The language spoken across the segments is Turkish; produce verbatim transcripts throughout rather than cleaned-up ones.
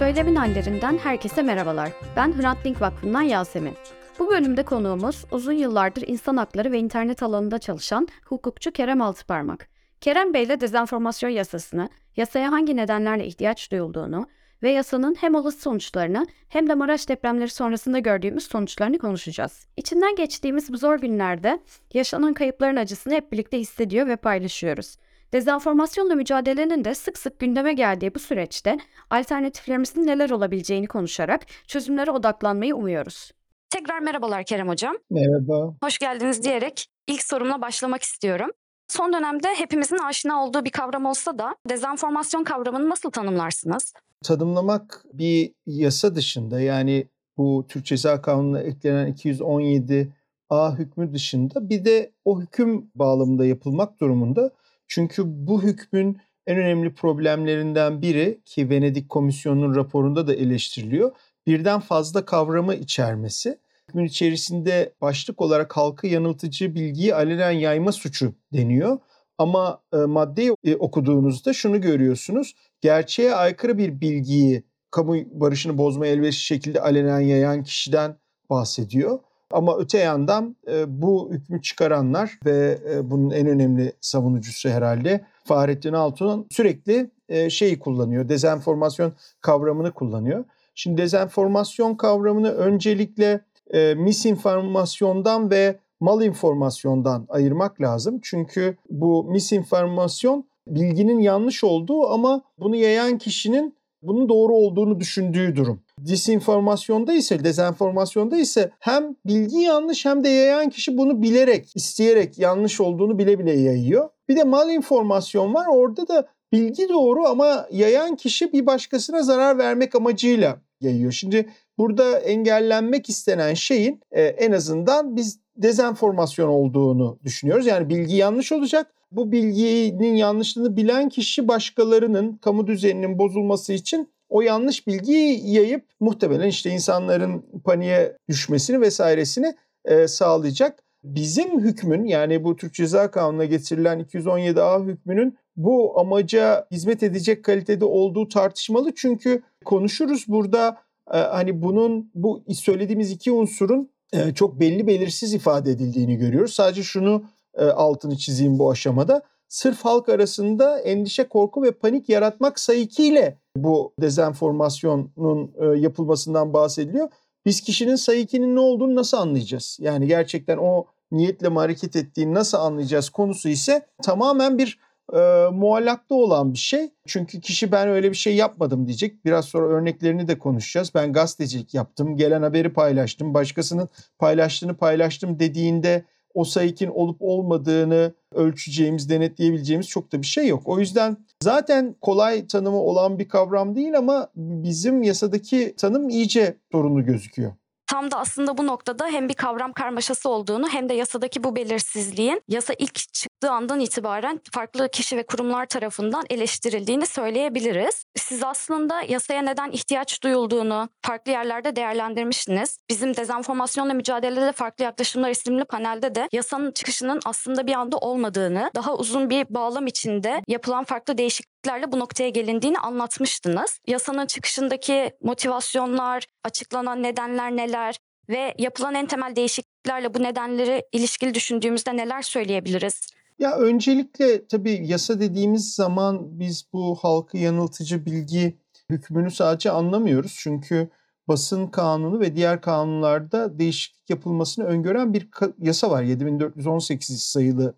Söylemin hallerinden herkese merhabalar. Ben Hrant Dink Vakfı'ndan Yasemin. Bu bölümde konuğumuz uzun yıllardır insan hakları ve internet alanında çalışan hukukçu Kerem Altıparmak. Kerem Bey ile dezenformasyon yasasını, yasaya hangi nedenlerle ihtiyaç duyulduğunu ve yasanın hem olası sonuçlarını hem de Maraş depremleri sonrasında gördüğümüz sonuçlarını konuşacağız. İçinden geçtiğimiz bu zor günlerde yaşanan kayıpların acısını hep birlikte hissediyor ve paylaşıyoruz. Dezenformasyonla mücadelenin de sık sık gündeme geldiği bu süreçte alternatiflerimizin neler olabileceğini konuşarak çözümlere odaklanmayı umuyoruz. Tekrar merhabalar Kerem Hocam. Merhaba. Hoş geldiniz diyerek ilk sorumla başlamak istiyorum. Son dönemde hepimizin aşina olduğu bir kavram olsa da dezenformasyon kavramını nasıl tanımlarsınız? Tanımlamak bir yasa dışında, yani bu Türk Ceza Kanunu'na eklenen iki yüz on yedi A hükmü dışında bir de o hüküm bağlamında yapılmak durumunda. Çünkü bu hükmün en önemli problemlerinden biri, ki Venedik Komisyonu'nun raporunda da eleştiriliyor, birden fazla kavramı içermesi. Hükmün içerisinde başlık olarak halkı yanıltıcı bilgiyi alenen yayma suçu deniyor. Ama e, maddeyi e, okuduğunuzda şunu görüyorsunuz: gerçeğe aykırı bir bilgiyi kamu barışını bozmaya elverişli şekilde alenen yayan kişiden bahsediyor. Ama öte yandan e, bu hükmü çıkaranlar ve e, bunun en önemli savunucusu herhalde Fahrettin Altun'un sürekli e, şeyi kullanıyor, dezenformasyon kavramını kullanıyor. Şimdi dezenformasyon kavramını öncelikle e, misinformasyondan ve malinformasyondan ayırmak lazım. Çünkü bu misinformasyon bilginin yanlış olduğu ama bunu yayan kişinin bunun doğru olduğunu düşündüğü durum. Disinformasyonda ise, dezenformasyonda ise hem bilgi yanlış hem de yayan kişi bunu bilerek, isteyerek yanlış olduğunu bile bile yayıyor. Bir de malinformasyon var. Orada da bilgi doğru ama yayan kişi bir başkasına zarar vermek amacıyla yayıyor. Şimdi burada engellenmek istenen şeyin e, en azından biz dezenformasyon olduğunu düşünüyoruz. Yani bilgi yanlış olacak. Bu bilginin yanlışlığını bilen kişi başkalarının, kamu düzeninin bozulması için o yanlış bilgiyi yayıp muhtemelen işte insanların paniğe düşmesini vesairesini e, sağlayacak. Bizim hükmün, yani bu Türk Ceza Kanunu'na getirilen iki yüz on yedi A hükmünün bu amaca hizmet edecek kalitede olduğu tartışmalı. Çünkü konuşuruz burada e, hani bunun, bu söylediğimiz iki unsurun e, çok belli belirsiz ifade edildiğini görüyoruz. Sadece şunu e, altını çizeyim bu aşamada: sırf halk arasında endişe, korku ve panik yaratmak sayıkiyle bu dezenformasyonun e, yapılmasından bahsediliyor. Biz kişinin sayıkinin ne olduğunu nasıl anlayacağız? Yani gerçekten o niyetle mi hareket ettiğini nasıl anlayacağız konusu ise tamamen bir e, muallakta olan bir şey. Çünkü kişi ben öyle bir şey yapmadım diyecek. Biraz sonra örneklerini de konuşacağız. Ben gazetecilik yaptım, gelen haberi paylaştım, başkasının paylaştığını paylaştım dediğinde o sayıkin olup olmadığını ölçeceğimiz, denetleyebileceğimiz çok da bir şey yok. O yüzden zaten kolay tanımı olan bir kavram değil ama bizim yasadaki tanım iyice sorunlu gözüküyor. Tam da aslında bu noktada hem bir kavram karmaşası olduğunu hem de yasadaki bu belirsizliğin yasa ilk çıktığı andan itibaren farklı kişi ve kurumlar tarafından eleştirildiğini söyleyebiliriz. Siz aslında yasaya neden ihtiyaç duyulduğunu farklı yerlerde değerlendirmişsiniz. Bizim Dezenformasyonla Mücadelede Farklı Yaklaşımlar isimli panelde de yasanın çıkışının aslında bir anda olmadığını, daha uzun bir bağlam içinde yapılan farklı değişikliklerle bu noktaya gelindiğini anlatmıştınız. Yasanın çıkışındaki motivasyonlar, açıklanan nedenler neler ve yapılan en temel değişikliklerle bu nedenleri ilişkili düşündüğümüzde neler söyleyebiliriz? Ya öncelikle tabii yasa dediğimiz zaman biz bu halkı yanıltıcı bilgi hükmünü sadece anlamıyoruz. Çünkü basın kanunu ve diğer kanunlarda değişiklik yapılmasını öngören bir yasa var. yedi bin dört yüz on sekiz sayılı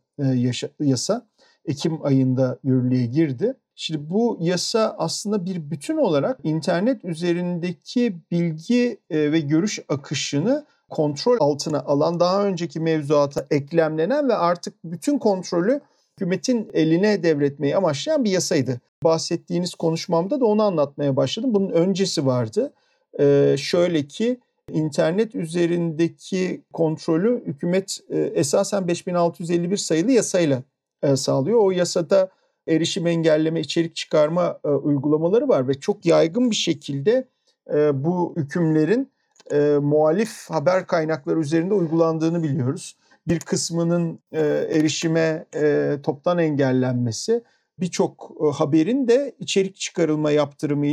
yasa Ekim ayında yürürlüğe girdi. Şimdi bu yasa aslında bir bütün olarak internet üzerindeki bilgi ve görüş akışını kontrol altına alan, daha önceki mevzuata eklemlenen ve artık bütün kontrolü hükümetin eline devretmeyi amaçlayan bir yasaydı. Bahsettiğiniz konuşmamda da onu anlatmaya başladım. Bunun öncesi vardı. Ee, şöyle ki internet üzerindeki kontrolü hükümet e, esasen beş bin altı yüz elli bir sayılı yasayla e, sağlıyor. O yasada erişim engelleme, içerik çıkarma e, uygulamaları var ve çok yaygın bir şekilde e, bu hükümlerin e, muhalif haber kaynakları üzerinde uygulandığını biliyoruz. Bir kısmının e, erişime e, toptan engellenmesi, birçok e, haberin de içerik çıkarılma yaptırımıyla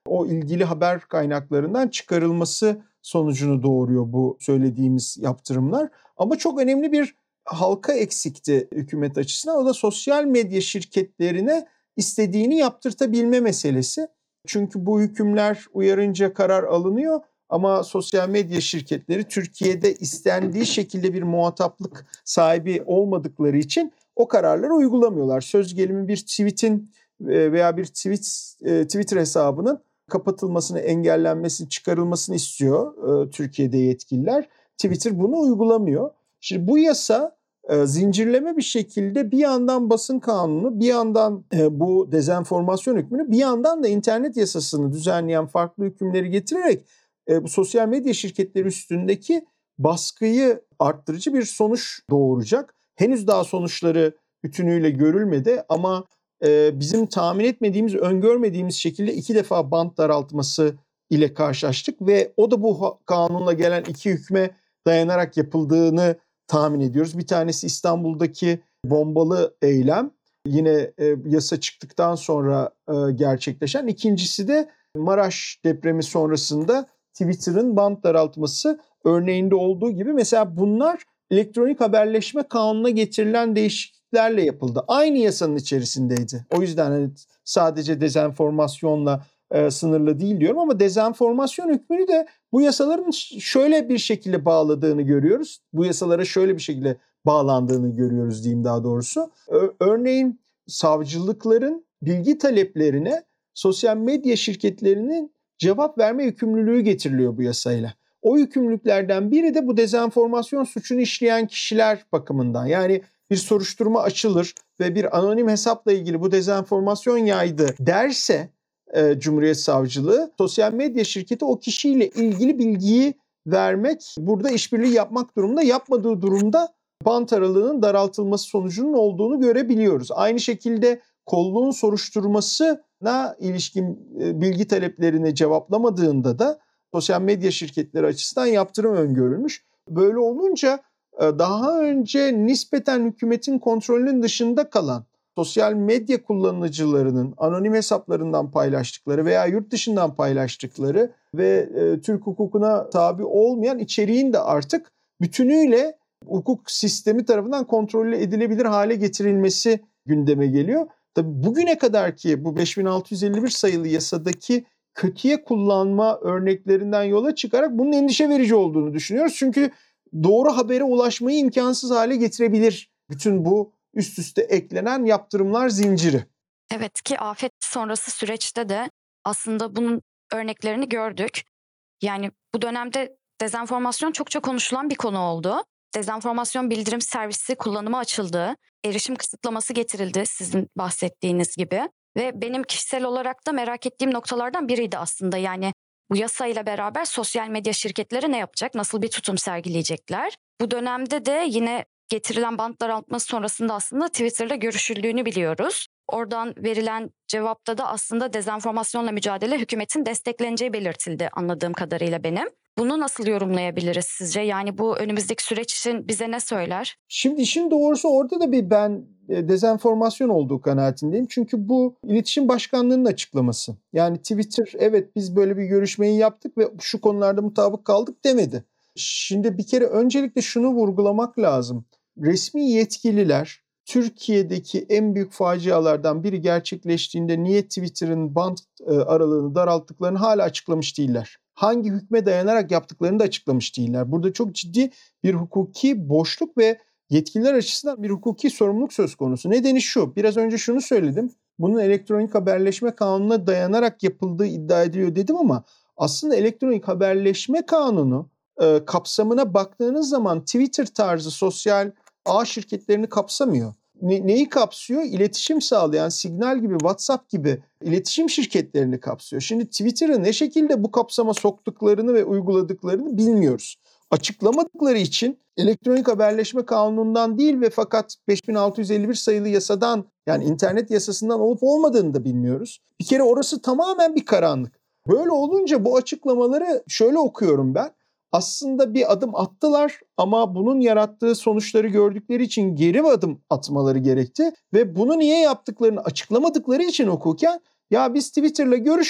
o ilgili haber kaynaklarından çıkarılması sonucunu doğuruyor bu söylediğimiz yaptırımlar. Ama çok önemli bir halka eksikti hükümet açısından. O da sosyal medya şirketlerine istediğini yaptırtabilme meselesi. Çünkü bu hükümler uyarınca karar alınıyor ama sosyal medya şirketleri Türkiye'de istendiği şekilde bir muhataplık sahibi olmadıkları için o kararları uygulamıyorlar. Söz gelimi bir tweet'in veya bir tweet Twitter hesabının kapatılmasını, engellenmesini, çıkarılmasını istiyor Türkiye'de yetkililer. Twitter bunu uygulamıyor. Şimdi bu yasa zincirleme bir şekilde bir yandan basın kanunu, bir yandan bu dezenformasyon hükmünü, bir yandan da internet yasasını düzenleyen farklı hükümleri getirerek bu sosyal medya şirketleri üstündeki baskıyı arttırıcı bir sonuç doğuracak. Henüz daha sonuçları bütünüyle görülmedi ama bizim tahmin etmediğimiz, öngörmediğimiz şekilde iki defa bant daraltması ile karşılaştık ve o da bu kanunla gelen iki hükme dayanarak yapıldığını tahmin ediyoruz. Bir tanesi İstanbul'daki bombalı eylem, yine yasa çıktıktan sonra gerçekleşen. İkincisi de Maraş depremi sonrasında Twitter'ın bant daraltması örneğinde olduğu gibi. Mesela bunlar elektronik haberleşme kanununa getirilen değişikliklerle yapıldı. Aynı yasanın içerisindeydi. O yüzden hani sadece dezenformasyonla e, sınırlı değil diyorum ama dezenformasyon hükmünü de bu yasaların şöyle bir şekilde bağladığını görüyoruz. Bu yasalara şöyle bir şekilde bağlandığını görüyoruz diyeyim daha doğrusu. Ö- örneğin savcılıkların bilgi taleplerine sosyal medya şirketlerinin cevap verme yükümlülüğü getiriliyor bu yasayla. O yükümlülüklerden biri de bu dezenformasyon suçunu işleyen kişiler bakımından. Yani bir soruşturma açılır ve bir anonim hesapla ilgili bu dezenformasyon yaydı derse e, Cumhuriyet Savcılığı, sosyal medya şirketi o kişiyle ilgili bilgiyi vermek, burada işbirliği yapmak durumunda, yapmadığı durumda bant aralığının daraltılması sonucunun olduğunu görebiliyoruz. Aynı şekilde kolluğun soruşturmasına ilişkin bilgi taleplerini cevaplamadığında da sosyal medya şirketleri açısından yaptırım öngörülmüş. Böyle olunca daha önce nispeten hükümetin kontrolünün dışında kalan sosyal medya kullanıcılarının anonim hesaplarından paylaştıkları veya yurt dışından paylaştıkları ve e, Türk hukukuna tabi olmayan içeriğin de artık bütünüyle hukuk sistemi tarafından kontrol edilebilir hale getirilmesi gündeme geliyor. Tabii bugüne kadar ki bu beş bin altı yüz elli bir sayılı yasadaki kötüye kullanma örneklerinden yola çıkarak bunun endişe verici olduğunu düşünüyoruz. Çünkü doğru habere ulaşmayı imkansız hale getirebilir bütün bu üst üste eklenen yaptırımlar zinciri. Evet, ki afet sonrası süreçte de aslında bunun örneklerini gördük. Yani bu dönemde dezenformasyon çokça konuşulan bir konu oldu. Dezenformasyon bildirim servisi kullanıma açıldı. Erişim kısıtlaması getirildi sizin bahsettiğiniz gibi. Ve benim kişisel olarak da merak ettiğim noktalardan biriydi aslında. Yani bu yasayla beraber sosyal medya şirketleri ne yapacak? Nasıl bir tutum sergileyecekler? Bu dönemde de yine getirilen bant daraltması sonrasında aslında Twitter'da görüşüldüğünü biliyoruz. Oradan verilen cevapta da aslında dezenformasyonla mücadele hükümetin destekleneceği belirtildi anladığım kadarıyla benim. Bunu nasıl yorumlayabiliriz sizce? Yani bu önümüzdeki süreç için bize ne söyler? Şimdi işin doğrusu orada da bir ben dezenformasyon olduğu kanaatindeyim. Çünkü bu İletişim Başkanlığı'nın açıklaması. Yani Twitter evet biz böyle bir görüşmeyi yaptık ve şu konularda mutabık kaldık demedi. Şimdi bir kere öncelikle şunu vurgulamak lazım. Resmi yetkililer Türkiye'deki en büyük facialardan biri gerçekleştiğinde niye Twitter'ın bant aralığını daralttıklarını hala açıklamış değiller. Hangi hükme dayanarak yaptıklarını da açıklamış değiller. Burada çok ciddi bir hukuki boşluk ve yetkililer açısından bir hukuki sorumluluk söz konusu. Nedeni şu, biraz önce şunu söyledim. Bunun elektronik haberleşme kanununa dayanarak yapıldığı iddia ediliyor dedim ama aslında elektronik haberleşme kanunu e, kapsamına baktığınız zaman Twitter tarzı sosyal ağ şirketlerini kapsamıyor. Ne, neyi kapsıyor? İletişim sağlayan Signal gibi, WhatsApp gibi iletişim şirketlerini kapsıyor. Şimdi Twitter'ı ne şekilde bu kapsama soktuklarını ve uyguladıklarını bilmiyoruz. Açıklamadıkları için elektronik haberleşme kanunundan değil ve fakat beş bin altı yüz elli bir sayılı yasadan, yani internet yasasından olup olmadığını da bilmiyoruz. Bir kere orası tamamen bir karanlık. Böyle olunca bu açıklamaları şöyle okuyorum ben. Aslında bir adım attılar ama bunun yarattığı sonuçları gördükleri için geri adım atmaları gerekti. Ve bunu niye yaptıklarını açıklamadıkları için hukuken ya biz Twitter'la görüştük.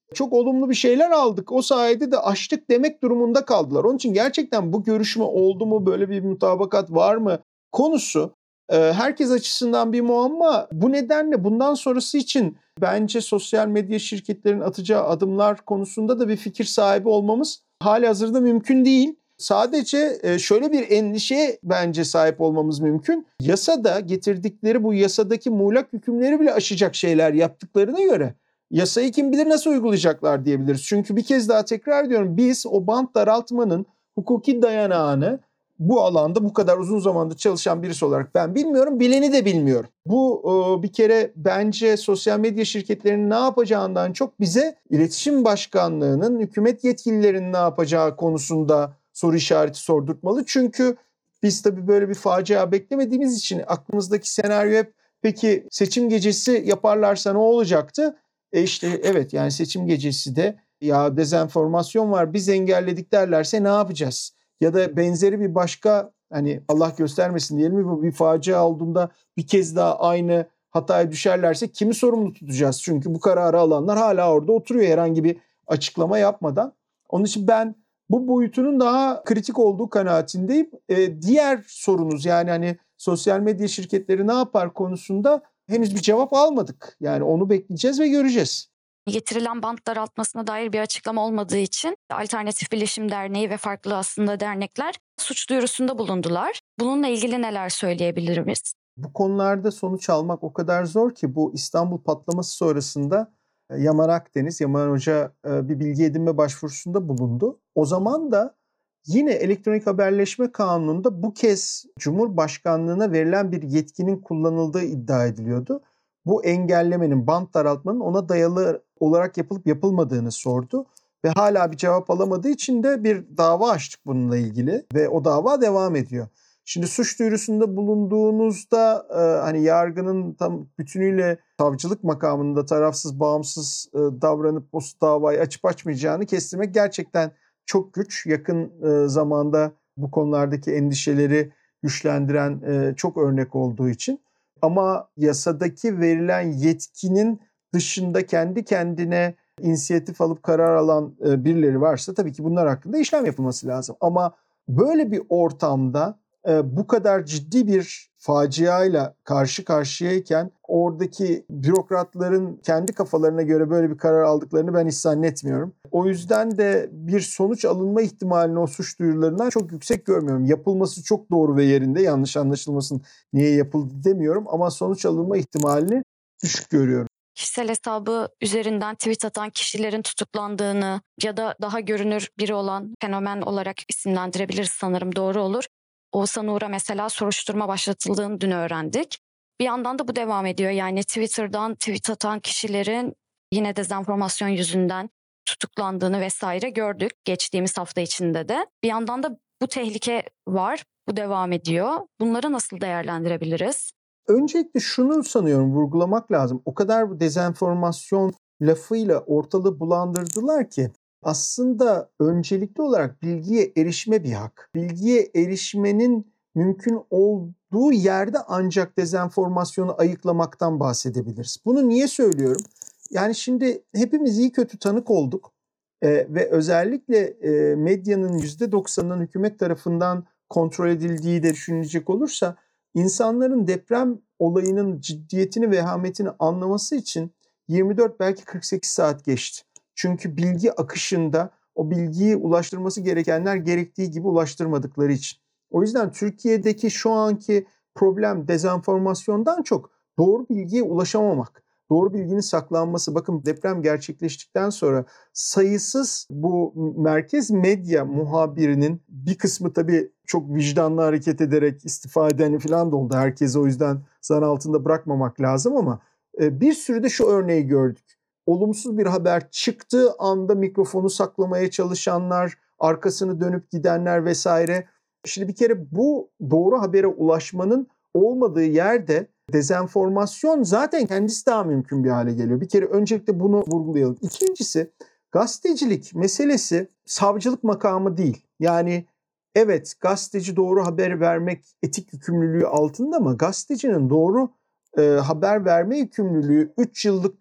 çok olumlu bir şeyler aldık. O sayede de aştık demek durumunda kaldılar. Onun için gerçekten bu görüşme oldu mu, böyle bir mutabakat var mı konusu e, herkes açısından bir muamma. Bu nedenle bundan sonrası için bence sosyal medya şirketlerinin atacağı adımlar konusunda da bir fikir sahibi olmamız halihazırda mümkün değil. Sadece e, şöyle bir endişeye bence sahip olmamız mümkün. Yasada getirdikleri bu yasadaki muğlak hükümleri bile aşacak şeyler yaptıklarına göre yasayı kim bilir nasıl uygulayacaklar diyebiliriz. Çünkü bir kez daha tekrar ediyorum, biz o bant daraltmanın hukuki dayanağını bu alanda bu kadar uzun zamandır çalışan birisi olarak ben bilmiyorum, bileni de bilmiyorum. Bu e, bir kere bence sosyal medya şirketlerinin ne yapacağından çok bize iletişim başkanlığının, hükümet yetkililerinin ne yapacağı konusunda soru işareti sordurtmalı. Çünkü biz tabii böyle bir facia beklemediğimiz için aklımızdaki senaryo hep, peki seçim gecesi yaparlarsa ne olacaktı? E işte evet, yani seçim gecesi de ya dezenformasyon var biz engelledik derlerse ne yapacağız? Ya da benzeri bir başka, hani Allah göstermesin diyelim mi, bu bir facia olduğunda bir kez daha aynı hataya düşerlerse kimi sorumlu tutacağız? Çünkü bu kararı alanlar hala orada oturuyor herhangi bir açıklama yapmadan. Onun için ben bu boyutunun daha kritik olduğu kanaatindeyim. Ee, diğer sorunuz, yani hani sosyal medya şirketleri ne yapar konusunda henüz bir cevap almadık. Yani onu bekleyeceğiz ve göreceğiz. Getirilen bant daraltmasına dair bir açıklama olmadığı için Alternatif Bilişim Derneği ve farklı aslında dernekler suç duyurusunda bulundular. Bununla ilgili neler söyleyebiliriz? Bu konularda sonuç almak o kadar zor ki, bu İstanbul patlaması sonrasında e, Yaman Akdeniz, Yaman Hoca e, bir bilgi edinme başvurusunda bulundu. O zaman da yine elektronik haberleşme kanununda bu kez Cumhurbaşkanlığına verilen bir yetkinin kullanıldığı iddia ediliyordu. Bu engellemenin, bant daraltmanın ona dayalı olarak yapılıp yapılmadığını sordu. Ve hala bir cevap alamadığı için de bir dava açtık bununla ilgili ve o dava devam ediyor. Şimdi suç duyurusunda bulunduğunuzda e, hani yargının tam bütünüyle savcılık makamında tarafsız, bağımsız e, davranıp o davayı açıp açmayacağını kestirmek gerçekten çok güç. Yakın e, zamanda bu konulardaki endişeleri güçlendiren e, çok örnek olduğu için. Ama yasadaki verilen yetkinin dışında kendi kendine inisiyatif alıp karar alan e, birileri varsa tabii ki bunlar hakkında işlem yapılması lazım. Ama böyle bir ortamda bu kadar ciddi bir faciayla karşı karşıyayken oradaki bürokratların kendi kafalarına göre böyle bir karar aldıklarını ben hiç zannetmiyorum. O yüzden de bir sonuç alınma ihtimalini o suç duyurularından çok yüksek görmüyorum. Yapılması çok doğru ve yerinde, yanlış anlaşılmasın, niye yapıldı demiyorum, ama sonuç alınma ihtimalini düşük görüyorum. Kişisel hesabı üzerinden tweet atan kişilerin tutuklandığını ya da daha görünür biri olan fenomen olarak isimlendirebiliriz sanırım, doğru olur. Oğuzhan Uğur'a mesela soruşturma başlatıldığını dün öğrendik. Bir yandan da bu devam ediyor. Yani Twitter'dan tweet atan kişilerin yine dezenformasyon yüzünden tutuklandığını vesaire gördük geçtiğimiz hafta içinde de. Bir yandan da bu tehlike var, bu devam ediyor. Bunları nasıl değerlendirebiliriz? Öncelikle şunu sanıyorum vurgulamak lazım. O kadar bu dezenformasyon lafıyla ortalığı bulandırdılar ki aslında öncelikli olarak bilgiye erişme bir hak. Bilgiye erişmenin mümkün olduğu yerde ancak dezenformasyonu ayıklamaktan bahsedebiliriz. Bunu niye söylüyorum? Yani şimdi hepimiz iyi kötü tanık olduk ee, ve özellikle e, medyanın yüzde doksanının hükümet tarafından kontrol edildiği de düşünülecek olursa, İnsanların deprem olayının ciddiyetini, vehametini anlaması için yirmi dört belki kırk sekiz saat geçti. Çünkü bilgi akışında o bilgiyi ulaştırması gerekenler gerektiği gibi ulaştırmadıkları için. O yüzden Türkiye'deki şu anki problem dezenformasyondan çok doğru bilgiye ulaşamamak, doğru bilginin saklanması. Bakın, deprem gerçekleştikten sonra sayısız bu merkez medya muhabirinin bir kısmı tabii çok vicdanlı hareket ederek istifa edeni falan da oldu. Herkesi o yüzden zan altında bırakmamak lazım, ama bir sürü de şu örneği gördük. Olumsuz bir haber çıktığı anda mikrofonu saklamaya çalışanlar, arkasını dönüp gidenler vesaire. Şimdi bir kere bu doğru habere ulaşmanın olmadığı yerde dezenformasyon zaten kendisi daha mümkün bir hale geliyor. Bir kere öncelikle bunu vurgulayalım. İkincisi, gazetecilik meselesi savcılık makamı değil. Yani evet, gazeteci doğru haber vermek etik yükümlülüğü altında, ama gazetecinin doğru e, haber verme yükümlülüğü üç yıllık bir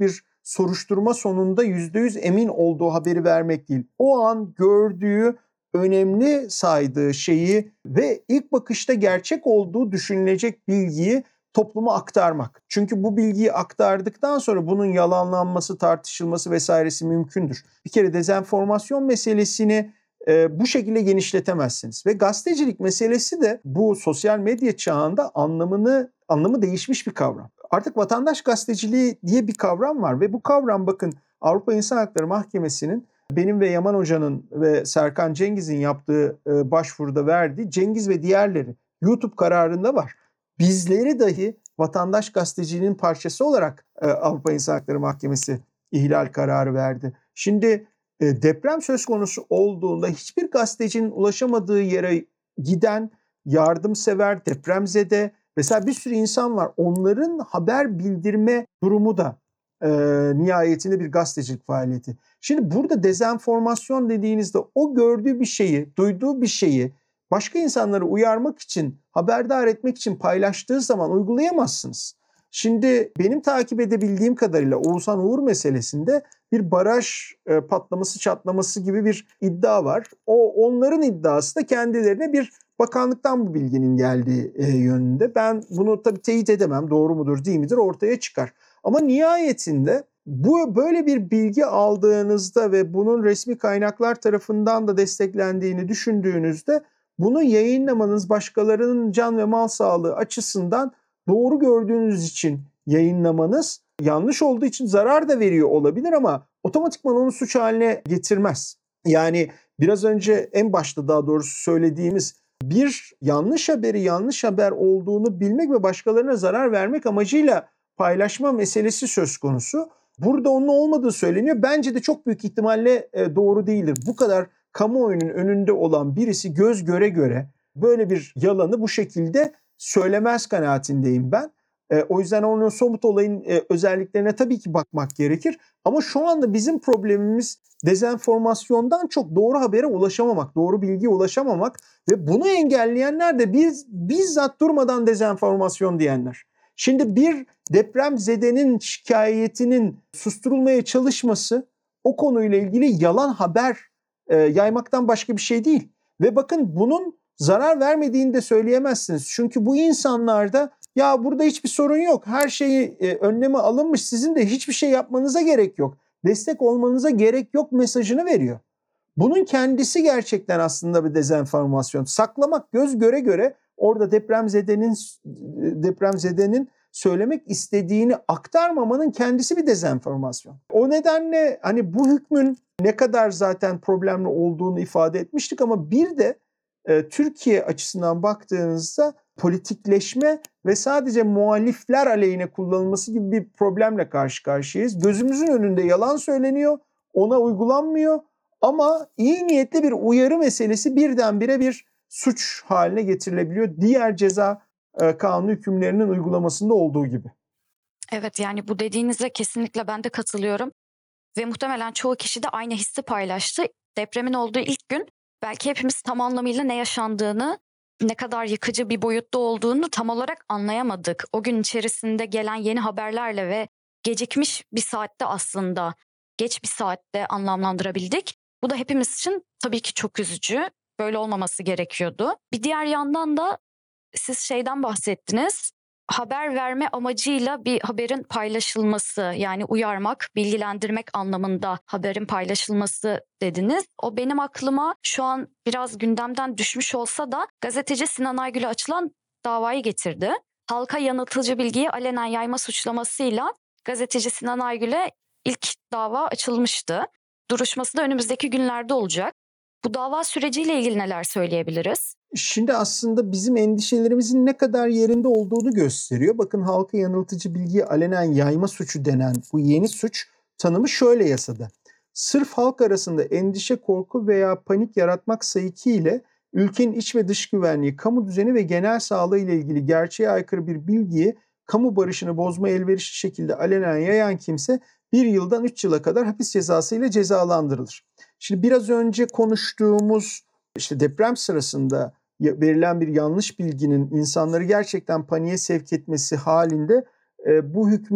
soruşturma sonunda yüzde yüz emin olduğu haberi vermek değil. O an gördüğü, önemli saydığı şeyi ve ilk bakışta gerçek olduğu düşünülecek bilgiyi topluma aktarmak. Çünkü bu bilgiyi aktardıktan sonra bunun yalanlanması, tartışılması vesairesi mümkündür. Bir kere dezenformasyon meselesini e, bu şekilde genişletemezsiniz. Ve gazetecilik meselesi de bu sosyal medya çağında anlamını anlamı değişmiş bir kavram. Artık vatandaş gazeteciliği diye bir kavram var ve bu kavram, bakın, Avrupa İnsan Hakları Mahkemesi'nin benim ve Yaman Hoca'nın ve Serkan Cengiz'in yaptığı e, başvuruda verdiği Cengiz ve diğerleri YouTube kararında var. Bizleri dahi vatandaş gazeteciliğinin parçası olarak e, Avrupa İnsan Hakları Mahkemesi ihlal kararı verdi. Şimdi e, deprem söz konusu olduğunda hiçbir gazetecinin ulaşamadığı yere giden yardımsever, depremzede mesela bir sürü insan var. Onların haber bildirme durumu da e, nihayetinde bir gazetecilik faaliyeti. Şimdi burada dezenformasyon dediğinizde o gördüğü bir şeyi, duyduğu bir şeyi başka insanları uyarmak için, haberdar etmek için paylaştığı zaman uygulayamazsınız. Şimdi benim takip edebildiğim kadarıyla Oğuzhan Uğur meselesinde bir baraj e, patlaması, çatlaması gibi bir iddia var. O onların iddiası da kendilerine bir bakanlıktan bu bilginin geldiği e, yönünde. Ben bunu tabii teyit edemem. Doğru mudur, değil midir ortaya çıkar. Ama nihayetinde bu böyle bir bilgi aldığınızda ve bunun resmi kaynaklar tarafından da desteklendiğini düşündüğünüzde bunu yayınlamanız başkalarının can ve mal sağlığı açısından doğru gördüğünüz için yayınlamanız yanlış olduğu için zarar da veriyor olabilir ama otomatikman onu suç haline getirmez. Yani biraz önce en başta daha doğrusu söylediğimiz bir yanlış haberi yanlış haber olduğunu bilmek ve başkalarına zarar vermek amacıyla paylaşma meselesi söz konusu. Burada onun olmadığı söyleniyor. Bence de çok büyük ihtimalle doğru değildir. Bu kadar kamuoyunun önünde olan birisi göz göre göre böyle bir yalanı bu şekilde söylemez kanaatindeyim ben. E, o yüzden onun somut olayın e, özelliklerine tabii ki bakmak gerekir. Ama şu anda bizim problemimiz dezenformasyondan çok doğru habere ulaşamamak, doğru bilgiye ulaşamamak ve bunu engelleyenler de biz bizzat durmadan dezenformasyon diyenler. Şimdi bir depremzedenin şikayetinin susturulmaya çalışması o konuyla ilgili yalan haber e, yaymaktan başka bir şey değil. Ve bakın bunun zarar vermediğini de söyleyemezsiniz. Çünkü bu insanlarda ya burada hiçbir sorun yok, her şeyi e, önlemi alınmış, sizin de hiçbir şey yapmanıza gerek yok, destek olmanıza gerek yok mesajını veriyor. Bunun kendisi gerçekten aslında bir dezenformasyon. Saklamak, göz göre göre orada depremzedenin depremzedenin söylemek istediğini aktarmamanın kendisi bir dezenformasyon. O nedenle hani bu hükmün ne kadar zaten problemli olduğunu ifade etmiştik ama bir de e, Türkiye açısından baktığınızda politikleşme ve sadece muhalifler aleyhine kullanılması gibi bir problemle karşı karşıyayız. Gözümüzün önünde yalan söyleniyor, ona uygulanmıyor ama iyi niyetli bir uyarı meselesi birdenbire bir suç haline getirilebiliyor. Diğer ceza e, kanunu hükümlerinin uygulamasında olduğu gibi. Evet, yani bu dediğinize kesinlikle ben de katılıyorum. Ve muhtemelen çoğu kişi de aynı hissi paylaştı. Depremin olduğu ilk gün belki hepimiz tam anlamıyla ne yaşandığını, ne kadar yıkıcı bir boyutta olduğunu tam olarak anlayamadık. O gün içerisinde gelen yeni haberlerle ve gecikmiş bir saatte aslında, geç bir saatte anlamlandırabildik. Bu da hepimiz için tabii ki çok üzücü. Böyle olmaması gerekiyordu. Bir diğer yandan da siz şeyden bahsettiniz. Haber verme amacıyla bir haberin paylaşılması, yani uyarmak, bilgilendirmek anlamında haberin paylaşılması dediniz. O benim aklıma şu an biraz gündemden düşmüş olsa da gazeteci Sinan Aygül'e açılan davayı getirdi. Halka yanıltıcı bilgiyi alenen yayma suçlamasıyla gazeteci Sinan Aygül'e ilk dava açılmıştı. Duruşması da önümüzdeki günlerde olacak. Bu dava süreciyle ilgili neler söyleyebiliriz? Şimdi aslında bizim endişelerimizin ne kadar yerinde olduğunu gösteriyor. Bakın, halka yanıltıcı bilgiyi alenen yayma suçu denen bu yeni suç tanımı şöyle yasada. Sırf halk arasında endişe, korku veya panik yaratmak sayıkiyle ülkenin iç ve dış güvenliği, kamu düzeni ve genel sağlığı ile ilgili gerçeğe aykırı bir bilgiyi kamu barışını bozma elverişli şekilde alenen yayan kimse bir yıldan üç yıla kadar hapis cezası ile cezalandırılır. Şimdi biraz önce konuştuğumuz işte deprem sırasında verilen bir yanlış bilginin insanları gerçekten paniğe sevk etmesi halinde e, bu hükmün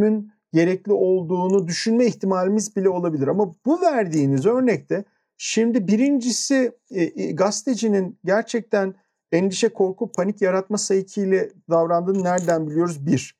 gerekli olduğunu düşünme ihtimalimiz bile olabilir. Ama bu verdiğiniz örnekte şimdi birincisi e, gazetecinin gerçekten endişe, korku, panik yaratma sayıkıyla davrandığını nereden biliyoruz? Bir,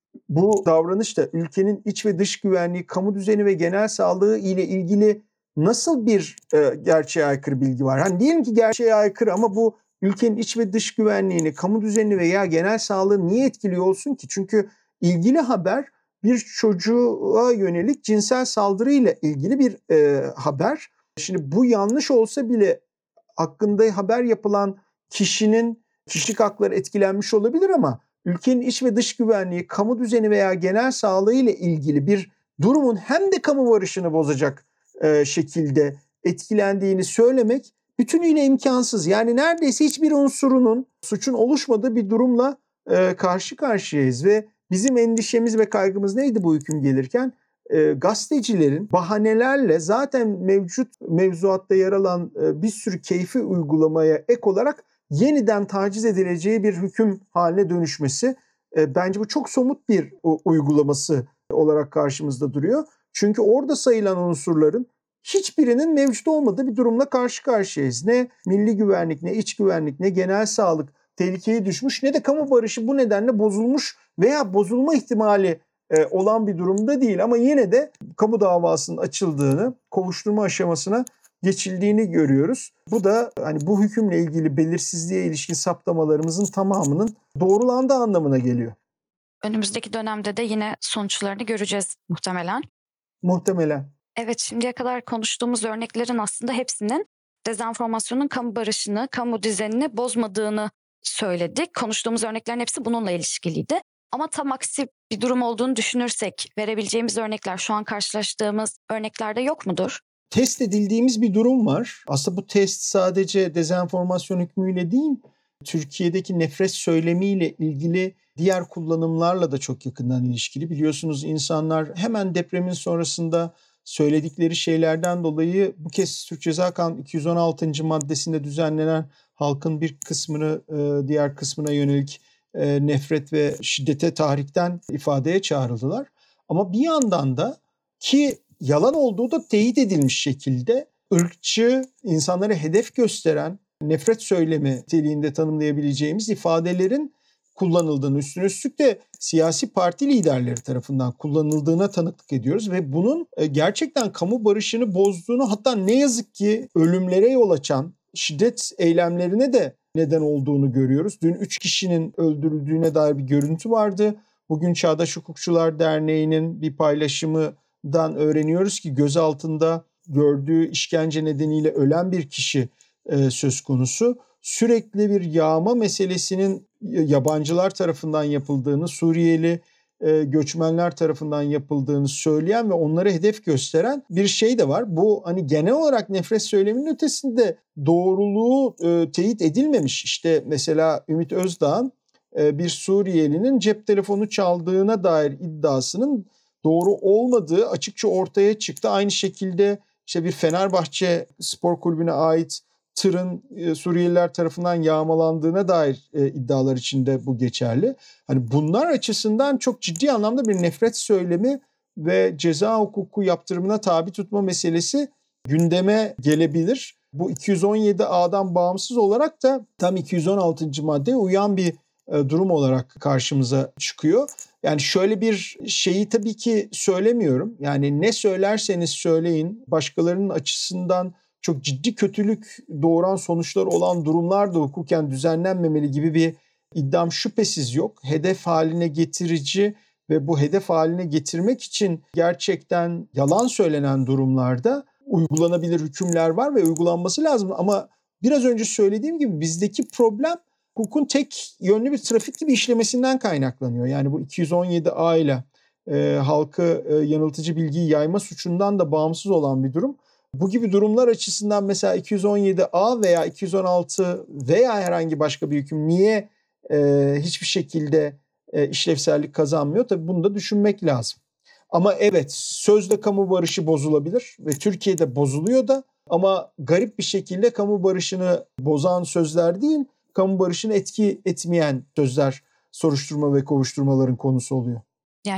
bu davranış da ülkenin iç ve dış güvenliği, kamu düzeni ve genel sağlığı ile ilgili nasıl bir e, gerçeğe aykırı bilgi var? Hani diyelim ki gerçeğe aykırı ama bu ülkenin iç ve dış güvenliğini, kamu düzenini veya genel sağlığı niye etkiliyor olsun ki? Çünkü ilgili haber bir çocuğa yönelik cinsel saldırı ile ilgili bir e, haber. Şimdi bu yanlış olsa bile hakkında haber yapılan kişinin kişilik hakları etkilenmiş olabilir ama ülkenin iç ve dış güvenliği, kamu düzeni veya genel sağlığı ile ilgili bir durumun hem de kamu barışını bozacak e, şekilde etkilendiğini söylemek bütünüyle imkansız. Yani neredeyse hiçbir unsurunun suçun oluşmadığı bir durumla e, karşı karşıyayız ve bizim endişemiz ve kaygımız neydi bu hüküm gelirken? E, gazetecilerin bahanelerle zaten mevcut mevzuatta yer alan e, bir sürü keyfi uygulamaya ek olarak yeniden taciz edileceği bir hüküm haline dönüşmesi. E, bence bu çok somut bir o, uygulaması olarak karşımızda duruyor. Çünkü orada sayılan unsurların hiçbirinin mevcut olmadığı bir durumla karşı karşıyayız. Ne milli güvenlik, ne iç güvenlik, ne genel sağlık tehlikeye düşmüş, ne de kamu barışı bu nedenle bozulmuş veya bozulma ihtimali e, olan bir durumda değil. Ama yine de kamu davasının açıldığını, kovuşturma aşamasına geçildiğini görüyoruz. Bu da hani bu hükümle ilgili belirsizliğe ilişkin saptamalarımızın tamamının doğrulandığı anlamına geliyor. Önümüzdeki dönemde de yine sonuçlarını göreceğiz muhtemelen. Muhtemelen. Evet, şimdiye kadar konuştuğumuz örneklerin aslında hepsinin dezenformasyonun kamu barışını, kamu düzenini bozmadığını söyledik. Konuştuğumuz örneklerin hepsi bununla ilişkiliydi. Ama tam aksi bir durum olduğunu düşünürsek verebileceğimiz örnekler şu an karşılaştığımız örneklerde yok mudur? Test edildiğimiz bir durum var. Aslında bu test sadece dezenformasyon hükmüyle değil, Türkiye'deki nefret söylemiyle ilgili diğer kullanımlarla da çok yakından ilişkili. Biliyorsunuz insanlar hemen depremin sonrasında söyledikleri şeylerden dolayı bu kez Türk Ceza Kanunu iki yüz on altıncı maddesinde düzenlenen halkın bir kısmını diğer kısmına yönelik nefret ve şiddete tahrikten ifadeye çağrıldılar. Ama bir yandan da ki yalan olduğu da teyit edilmiş şekilde ırkçı, insanlara hedef gösteren, nefret söylemi niteliğinde tanımlayabileceğimiz ifadelerin kullanıldığını, üstüne üstlük de siyasi parti liderleri tarafından kullanıldığına tanıklık ediyoruz ve bunun gerçekten kamu barışını bozduğunu, hatta ne yazık ki ölümlere yol açan şiddet eylemlerine de neden olduğunu görüyoruz. Dün üç kişinin öldürüldüğüne dair bir görüntü vardı. Bugün Çağdaş Hukukçular Derneği'nin bir paylaşımından öğreniyoruz ki gözaltında gördüğü işkence nedeniyle ölen bir kişi e, söz konusu. Sürekli bir yağma meselesinin yabancılar tarafından yapıldığını, Suriyeli e, göçmenler tarafından yapıldığını söyleyen ve onlara hedef gösteren bir şey de var. Bu hani genel olarak nefret söyleminin ötesinde doğruluğu e, teyit edilmemiş. İşte mesela Ümit Özdağ'ın e, bir Suriyelinin cep telefonu çaldığına dair iddiasının doğru olmadığı açıkça ortaya çıktı. Aynı şekilde işte bir Fenerbahçe Spor Kulübü'ne ait tırın e, Suriyeliler tarafından yağmalandığına dair e, iddialar içinde bu geçerli. Hani bunlar açısından çok ciddi anlamda bir nefret söylemi ve ceza hukuku yaptırımına tabi tutma meselesi gündeme gelebilir. Bu iki yüz on yedi A'dan bağımsız olarak da tam iki yüz on altıncı maddeye uyan bir e, durum olarak karşımıza çıkıyor. Yani şöyle bir şeyi tabii ki söylemiyorum. Yani ne söylerseniz söyleyin, başkalarının açısından çok ciddi kötülük doğuran sonuçlar olan durumlar da hukuken düzenlenmemeli gibi bir iddiam şüphesiz yok. Hedef haline getirici ve bu hedef haline getirmek için gerçekten yalan söylenen durumlarda uygulanabilir hükümler var ve uygulanması lazım. Ama biraz önce söylediğim gibi bizdeki problem hukukun tek yönlü bir trafik gibi işlemesinden kaynaklanıyor. Yani bu iki yüz on yedi A ile e, halkı e, yanıltıcı bilgiyi yayma suçundan da bağımsız olan bir durum. Bu gibi durumlar açısından mesela iki yüz on yedi A veya iki yüz on altı veya herhangi başka bir hüküm niye e, hiçbir şekilde e, işlevsellik kazanmıyor? Tabii bunu da düşünmek lazım. Ama evet, sözde kamu barışı bozulabilir ve Türkiye'de bozuluyor da, ama garip bir şekilde kamu barışını bozan sözler değil, kamu barışını etki etmeyen sözler soruşturma ve kovuşturmaların konusu oluyor. Yani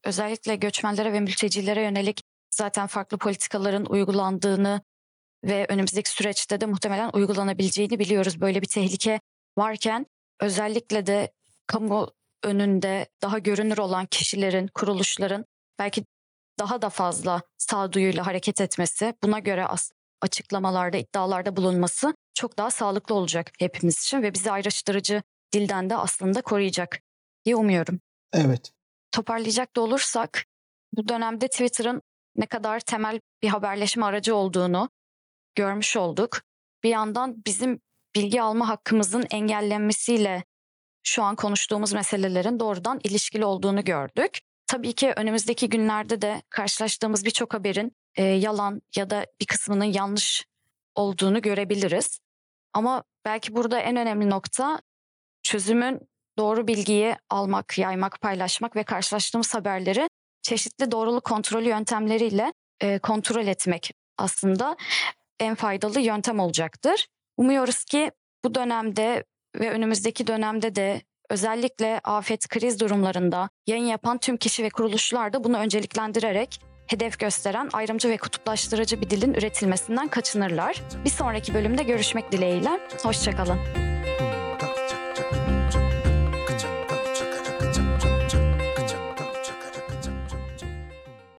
özellikle göçmenlere ve mültecilere yönelik zaten farklı politikaların uygulandığını ve önümüzdeki süreçte de muhtemelen uygulanabileceğini biliyoruz. Böyle bir tehlike varken özellikle de kamu önünde daha görünür olan kişilerin, kuruluşların belki daha da fazla sağduyuyla hareket etmesi, buna göre as- açıklamalarda, iddialarda bulunması çok daha sağlıklı olacak hepimiz için ve bizi ayrıştırıcı dilden de aslında koruyacak diye umuyorum. Evet. Toparlayacak da olursak, bu dönemde Twitter'ın ne kadar temel bir haberleşme aracı olduğunu görmüş olduk. Bir yandan bizim bilgi alma hakkımızın engellenmesiyle şu an konuştuğumuz meselelerin doğrudan ilişkili olduğunu gördük. Tabii ki önümüzdeki günlerde de karşılaştığımız birçok haberin e, yalan ya da bir kısmının yanlış olduğunu görebiliriz. Ama belki burada en önemli nokta çözümün doğru bilgiyi almak, yaymak, paylaşmak ve karşılaştığımız haberleri çeşitli doğruluk kontrolü yöntemleriyle e, kontrol etmek aslında en faydalı yöntem olacaktır. Umuyoruz ki bu dönemde ve önümüzdeki dönemde de özellikle afet, kriz durumlarında yayın yapan tüm kişi ve kuruluşlar da bunu önceliklendirerek hedef gösteren ayrımcı ve kutuplaştırıcı bir dilin üretilmesinden kaçınırlar. Bir sonraki bölümde görüşmek dileğiyle. Hoşça kalın.